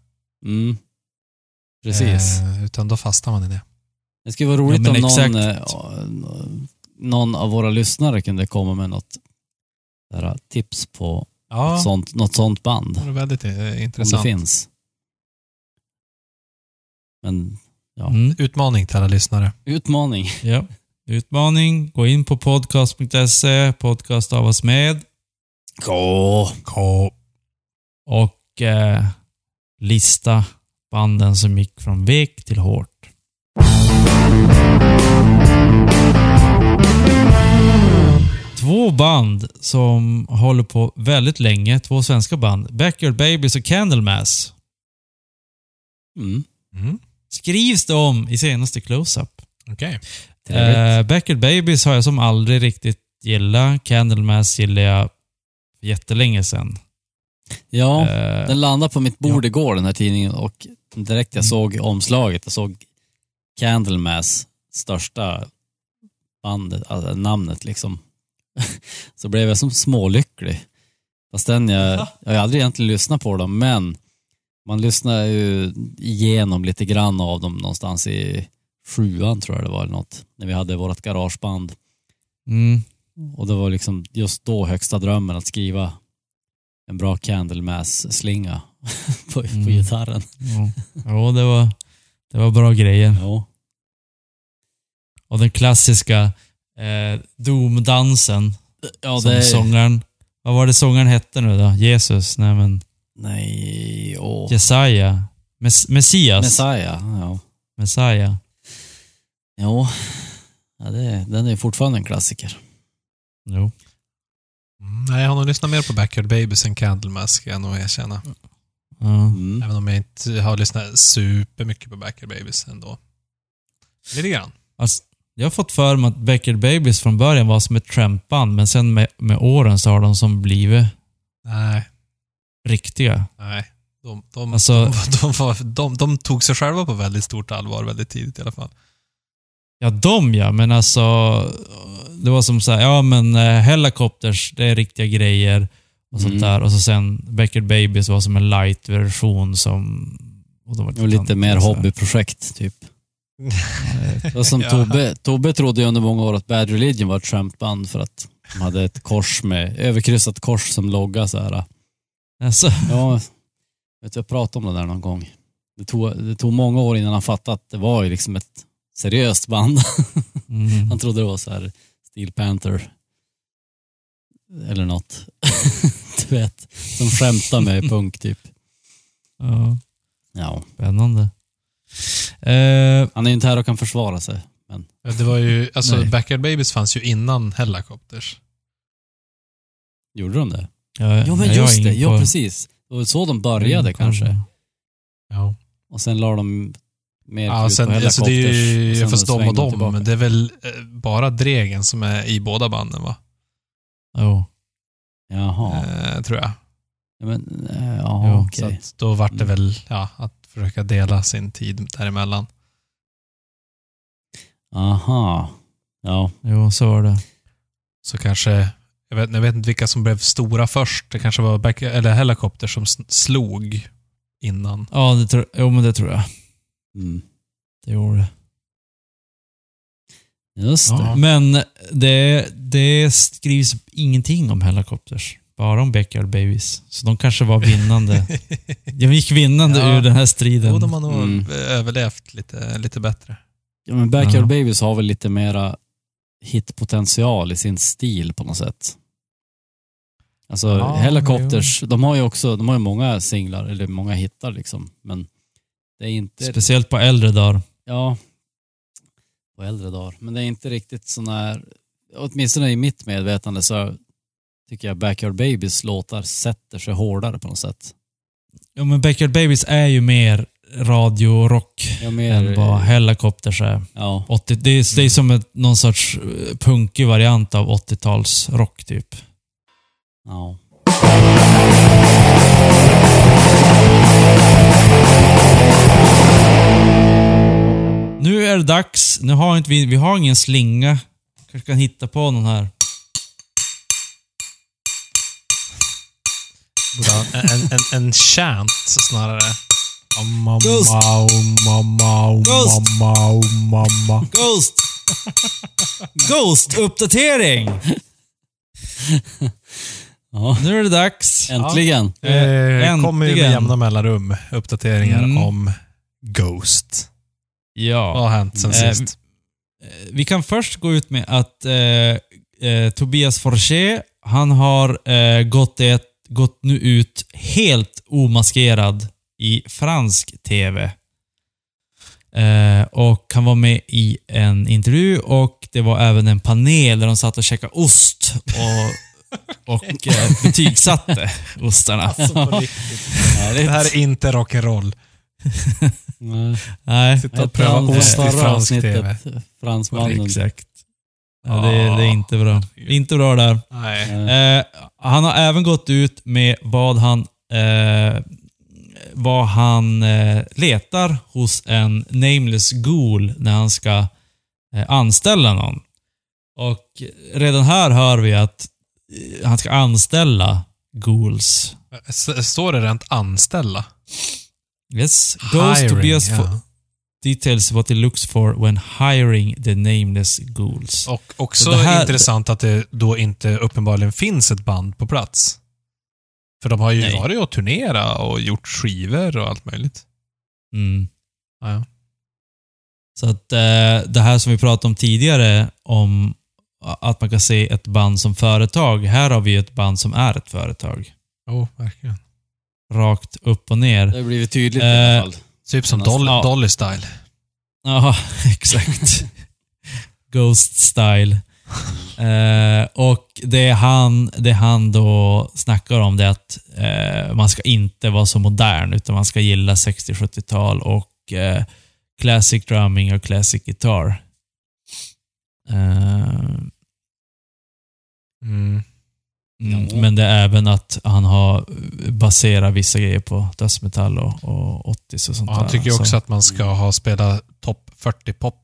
Precis. Utan då fastnar man i det. Det skulle vara roligt om någon av våra lyssnare kunde komma med något där, tips på något sånt band. Det är väldigt intressant. Om det finns. Men, Utmaning till alla lyssnare. Utmaning. Ja. Utmaning. Gå in på podcast.se. Podcast av oss med K. Och lista banden som gick från vek till hårt. Två band som håller på väldigt länge. Två svenska band. Backyard Babies och Candlemass. Skrivs det om i senaste Close-Up. Okej. Backyard Babies har jag som aldrig riktigt gillat. Candlemass gillar jag jättelänge sedan. Ja, den landade på mitt bord igår, den här tidningen, och direkt jag såg omslaget, jag såg Candlemass största bandet, alltså namnet liksom. Så blev jag som smålycklig. Fast jag har aldrig egentligen lyssnat på dem, men man lyssnar ju igenom lite grann av dem någonstans i 7:an tror jag det var eller något, när vi hade vårt garageband. Och det var liksom just då högsta drömmen att skriva en bra Candlemass-slinga på gitarren. Ja, det var bra grejer. Ja. Och den klassiska domdansen Ja, som sångaren... Vad var det sångaren hette nu då? Jesus? Nej, men... Nej, Jesaja. Messias. Messiah. Messiah. Jo. Ja, den är fortfarande en klassiker. Jo. Nej, jag har nog lyssnat mer på Backyard Babies än Candlemass, ska jag nog erkänna. Ja. Även om jag inte har lyssnat supermycket på Backyard Babies ändå. Lite grann. Alltså, jag har fått för mig att Backyard Babies från början var som ett trampband, men sen med åren så har de som blivit riktiga. Nej. De tog sig själva på väldigt stort allvar väldigt tidigt i alla fall. Ja, men alltså det var som så här, ja men Helicopters, det är riktiga grejer och sånt där. Och så sen Backyard Babies var som en light-version som... Och lite mer hobbyprojekt, typ. Och som Tobbe trodde under många år att Bad Religion var ett trampband för att de hade ett kors med överkryssat kors som logga så här. Alltså. Ja, jag pratade om det där någon gång. Det tog många år innan han fattade att det var ju liksom ett seriöst band. Han trodde det var så här Steel Panther eller något. Du vet, som skämtar med punk typ. Ja. Spännande. Han är ju inte här och kan försvara sig. Men... Det var ju, alltså Backyard Babies fanns ju innan Helicopters. Gjorde de det? Ja, men just det. Ja, precis. Det var så de började kanske. Ja. Och sen la de mer ja, ut sen, på Helicopters. Alltså det är ju, jag förstår vad dem, tillbaka. men det är väl bara Dregen som är i båda banden, va? Jo. Jaha. Tror jag. Ja, men, ja, okej. Så att då vart det väl att försöka dela sin tid däremellan. Aha. Ja. Jo, så var det. Så kanske, jag vet inte vilka som blev stora först. Det kanske var eller Helicopter som slog innan. Ja, men det tror jag. Det gjorde det. Just det. Ja. Men det skrivs ingenting om Helicopters. Bara om Backyard Babies. Så de kanske var vinnande. De gick vinnande ur den här striden. Jo, de har nog överlevt lite bättre. Ja, men Backyard Babies har väl lite mera hitpotential i sin stil på något sätt. Alltså Helicopters, de har ju många singlar eller många hittar liksom, men det är inte... Speciellt på äldre dagar. Ja, på äldre dagar. Men det är inte riktigt sån här, åtminstone i mitt medvetande så tycker jag Backyard Babies låtar sätter sig hårdare på något sätt. Ja, men Backyard Babies är ju mer radio-rock än vad Helicopters är. Ja. Det är som någon sorts punkig variant av 80-tals-rock typ. Ja. Nu är det dags. Nu har inte vi har ingen slinga. Kanske kan hitta på någon här. En chant snarare. Ghost. Ghost. Ghost-uppdatering. Ja. Nu är det dags. Äntligen. Kommer ju med jämna mellanrum uppdateringar om Ghost. Ja. Vad har hänt sen sist? Vi kan först gå ut med att Tobias Forché, han har gått nu ut helt omaskerad i fransk TV. Och han var med i en intervju och det var även en panel där de satt och käkade ost och betygsatte ostarna. Alltså på riktigt. Det här är inte rock'n'roll. Nej. Sitta och pröva ost i fransk TV. Fransmannen. Exakt. Ja, det är inte bra. Inte bra där. Nej. Han har även gått ut med vad han letar hos en nameless ghoul när han ska anställa någon. Och redan här hör vi att han ska anställa ghouls. Står det rent anställa? Yes. Ghost Hiring, Tobias Details what it looks for when hiring the nameless ghouls. Och också Så det här- intressant att det då inte uppenbarligen finns ett band på plats. För de har ju Nej. varit och turnera och gjort skivor och allt möjligt. Mm. Ja. Så att det här som vi pratade om tidigare, om att man kan se ett band som företag. Här har vi ett band som är ett företag. Verkligen. Rakt upp och ner. Det har blivit tydligt i alla fall. Typ som Ja. Dolly Style. Ja, exakt. Ghost style. Och det han då snackar om det är att man ska inte vara så modern, utan man ska gilla 60-70-tal och classic drumming och classic guitar. Men det är även att han har baserat vissa grejer på dödsmetall och 80s och sånt Och han där. tycker ju också Så- att man ska ha spelat topp 40 pop.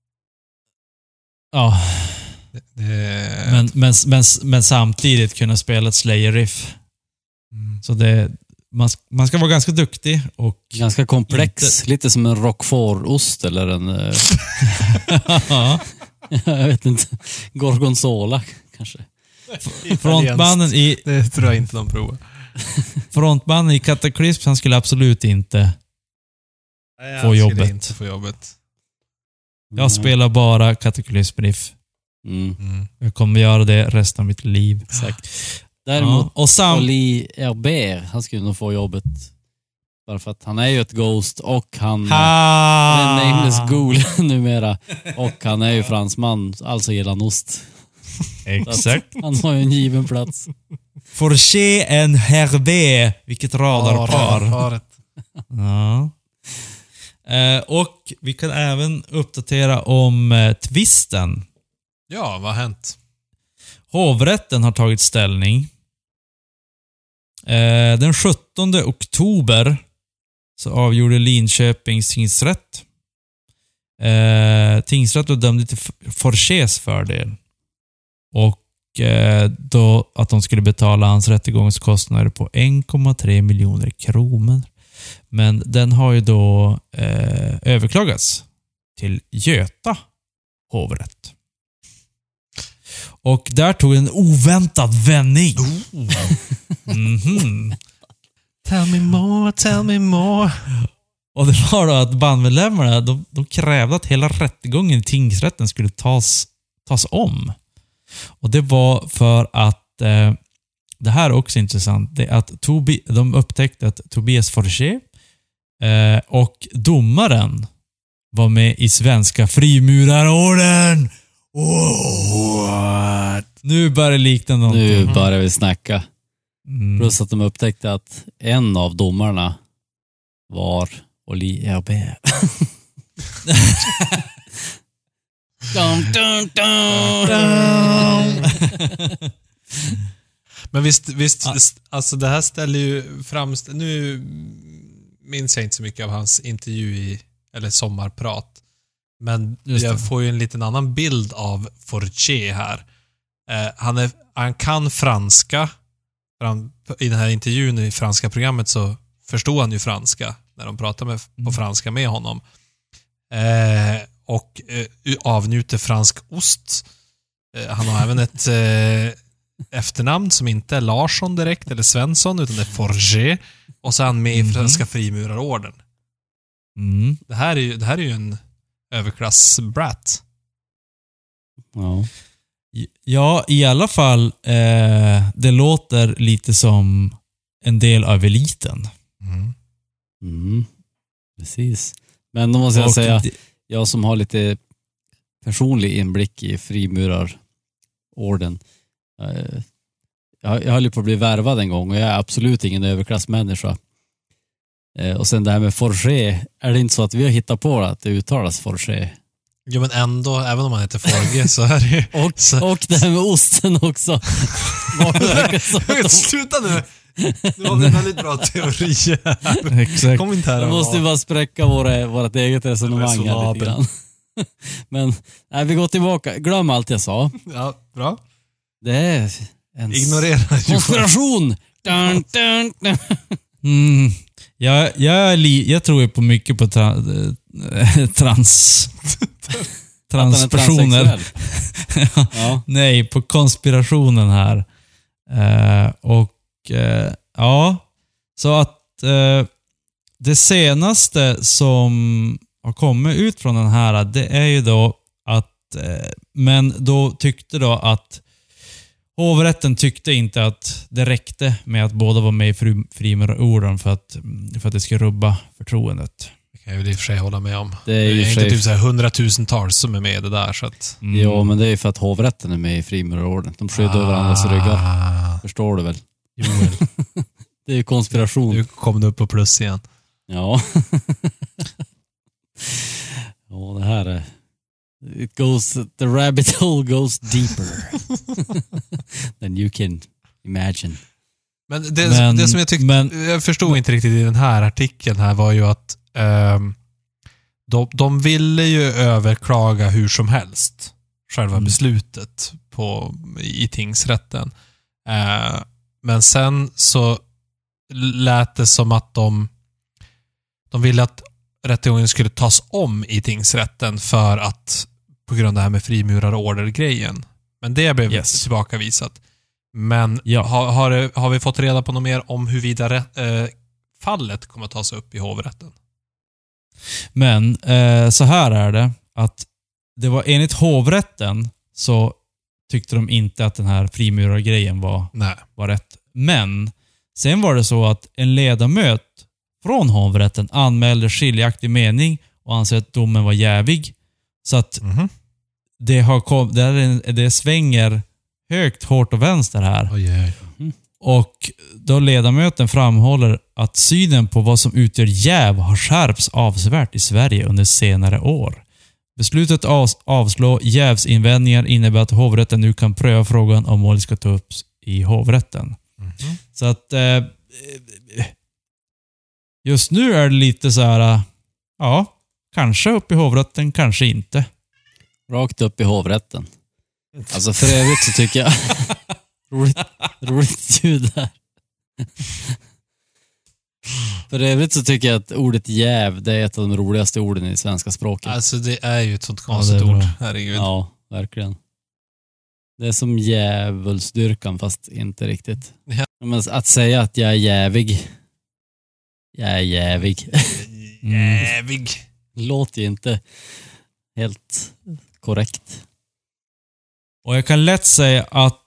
Ja, Det, men samtidigt kunna spela ett Slayer-riff. Så det, man ska vara ganska duktig och Ganska komplex. Lite som en Roquefort-ost eller en... ja, jag vet inte. Gorgonzola kanske. frontmannen det tror jag inte de provar. frontmannen i Cataclysm, han skulle absolut inte. Nej, Få han skulle jobbet. inte få jobbet. Jag spelar bara Cataclysm-riff. Mm. Jag kommer göra det resten av mitt liv. Exakt. Däremot Ja, och Oli Herbert, han skulle nog få jobbet. Bara för att han är ju ett Ghost och han är en nameless ghoul numera. Och han är ju fransman, alltså gillar han ost. Exakt. Han har ju en given plats. Forché en herbe. Vilket radarpar. Radarparet. Ja. Och vi kan även uppdatera om tvisten. Ja, vad har hänt? Hovrätten har tagit ställning. Den 17 oktober så avgjorde Linköpings tingsrätt. Tingsrätten dömde till Forchés fördel. Och då att de skulle betala hans rättegångskostnader på 1,3 miljoner kronor. Men den har ju då överklagats till Göta hovrätt. Och där tog en oväntad vändning. Mhm. Tell me more, tell me more. Och det var då att bandmedlemmarna, de krävde att hela rättegången i tingsrätten skulle tas om. Och det var för att, det här är också intressant, det är att de upptäckte att Tobias Forché och domaren var med i Svenska Frimurarorden. What? Nu börjar det likna någonting. Nu börjar vi snacka. Mm. Plus att de upptäckte att en av domarna var Oli Herbert. Dum, dum, dum. Men visst, alltså det här ställer ju fram... Nu minns jag inte så mycket av hans intervju eller sommarprat. Men jag får ju en liten annan bild av Forché här. Han kan franska. I den här intervjun i franska programmet så förstod han ju franska när de pratade på franska med honom. Och avnjuter fransk ost. Han har även ett efternamn som inte är Larsson direkt eller Svensson, utan det är Forgé. Och så är han med i Svenska Frimurarorden. Mm. Det här är ju en överklass-brat. Ja. Ja, i alla fall, det låter lite som en del av eliten. Mm. Precis. Men då måste jag säga, jag som har lite personlig inblick i frimurarorden. Jag höll ju på att bli värvad en gång och jag är absolut ingen överklassmänniska. Och sen det här med Forgé, är det inte så att vi har hittat på att det uttalas Forgé? Jo, men ändå, även om man heter Forge så är det ju... Och det här med osten också. Var det verkligen så att de- Sluta nu! Du har en väldigt bra teori här. Exakt. Kom inte här Jag och måste ju bara spräcka vårt eget resonemang här lite grann. Men nej, vi går tillbaka. Glöm allt jag sa. Ja, bra. Det är en Ignorera. konspiration. Dun, dun, dun. Jag tror ju på mycket på transpersoner. Ja. Nej, på konspirationen här. Ja, så att det senaste som har kommit ut från den här, det är ju då att men då tyckte då att hovrätten tyckte inte att det räckte med att båda var med i frimurarorden för att det ska rubba förtroendet. Det kan jag ju i och för sig hålla med om. Det är ju inte typ så här 100,000-tals som är med i det där. Så att... Jo, men det är ju för att hovrätten är med i frimurarorden. De skyddar varandras ryggar. Förstår du väl? Joel. Det är ju konspiration. Nu kom du upp på plus igen. Ja. Ja, det här är... the rabbit hole goes deeper than you can imagine. Men det som jag tyckte... jag förstod inte riktigt i den här artikeln här var ju att de ville ju överklaga hur som helst själva beslutet i tingsrätten. Men sen så lät det som att de ville att rättegången skulle tas om i tingsrätten för att på grund av det här med frimurarorder-grejen. Men det blev tillbakavisat. Men har vi fått reda på något mer om huruvida fallet kommer att tas upp i hovrätten? Men så här är det att det var enligt hovrätten så tyckte de inte att den här frimurargrejen var rätt. Men sen var det så att en ledamot från hovrätten anmälde skiljaktig mening och ansåg att domen var jävig. Så att det svänger högt, hårt och vänster här. Och då ledamöten framhåller att synen på vad som utgör jäv har skärpts avsevärt i Sverige under senare år. Beslutet avslå jävsinvändningar innebär att hovrätten nu kan pröva frågan om målet ska ta upp i hovrätten. Så att just nu är det lite så här, kanske upp i hovrätten, kanske inte. Rakt upp i hovrätten. Alltså för övrigt så tycker jag roligt ljud där. För övrigt så tycker jag att ordet jäv, det är ett av de roligaste orden i svenska språket. Alltså det är ju ett sånt konstigt ord, herregud. Ja, verkligen. Det är som djävulsdyrkan fast inte riktigt. Ja. Men att säga att jag är jävig. Jag är jävig. Jävig. Låter ju inte helt korrekt. Och jag kan lätt säga att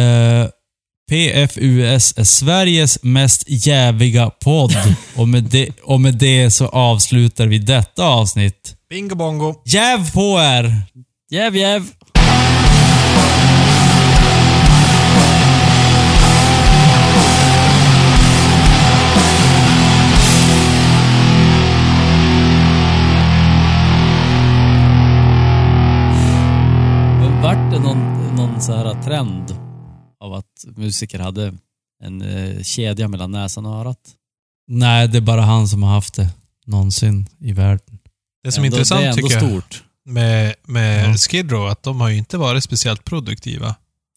PFUS är Sveriges mest jäviga podd. och med det så avslutar vi detta avsnitt. Bingo bongo. Jäv på er! Jäv! Vart det någon så här trend av att musiker hade en kedja mellan näsan och örat? Nej, det är bara han som har haft det någonsin i världen. Det som är intressant det är tycker jag stort. med Skid Row att de har ju inte varit speciellt produktiva.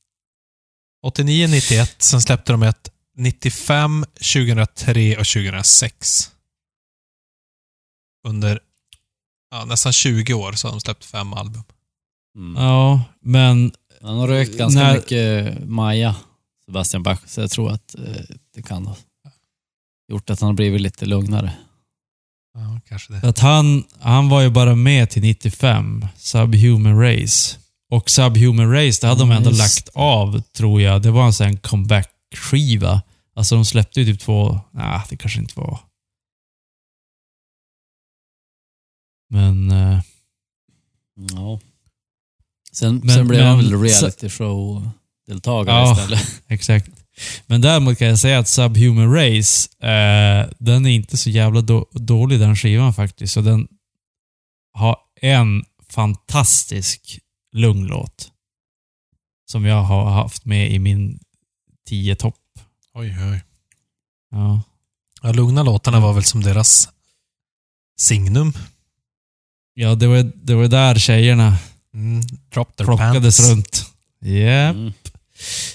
89-91, sen släppte de ett 95, 2003 och 2006. Under nästan 20 år så har de släppt 5 album. Ja, men... Han har rökt ganska mycket Maja, Sebastian Bach, så jag tror att det kan ha gjort att han har blivit lite lugnare. Ja, kanske det. Att han var ju bara med till 95, Subhuman Race. Och Subhuman Race, det hade de ändå lagt av, tror jag. Det var en sån comeback-skiva. Alltså de släppte ju typ 2... Nej, det kanske inte var. Men... Ja. Sen blev han väl reality show-deltagare istället. Exakt. Men däremot kan jag säga att Subhuman Race, den är inte så jävla dålig den skivan faktiskt. Så den har en fantastisk lunglåt som jag har haft med i min 10-topp. Oj. Ja. Ja, lugna låtarna var väl som deras signum. Ja, det var där tjejerna plockades runt. Yep.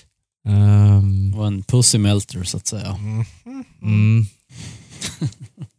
Och en pussy melter så att säga.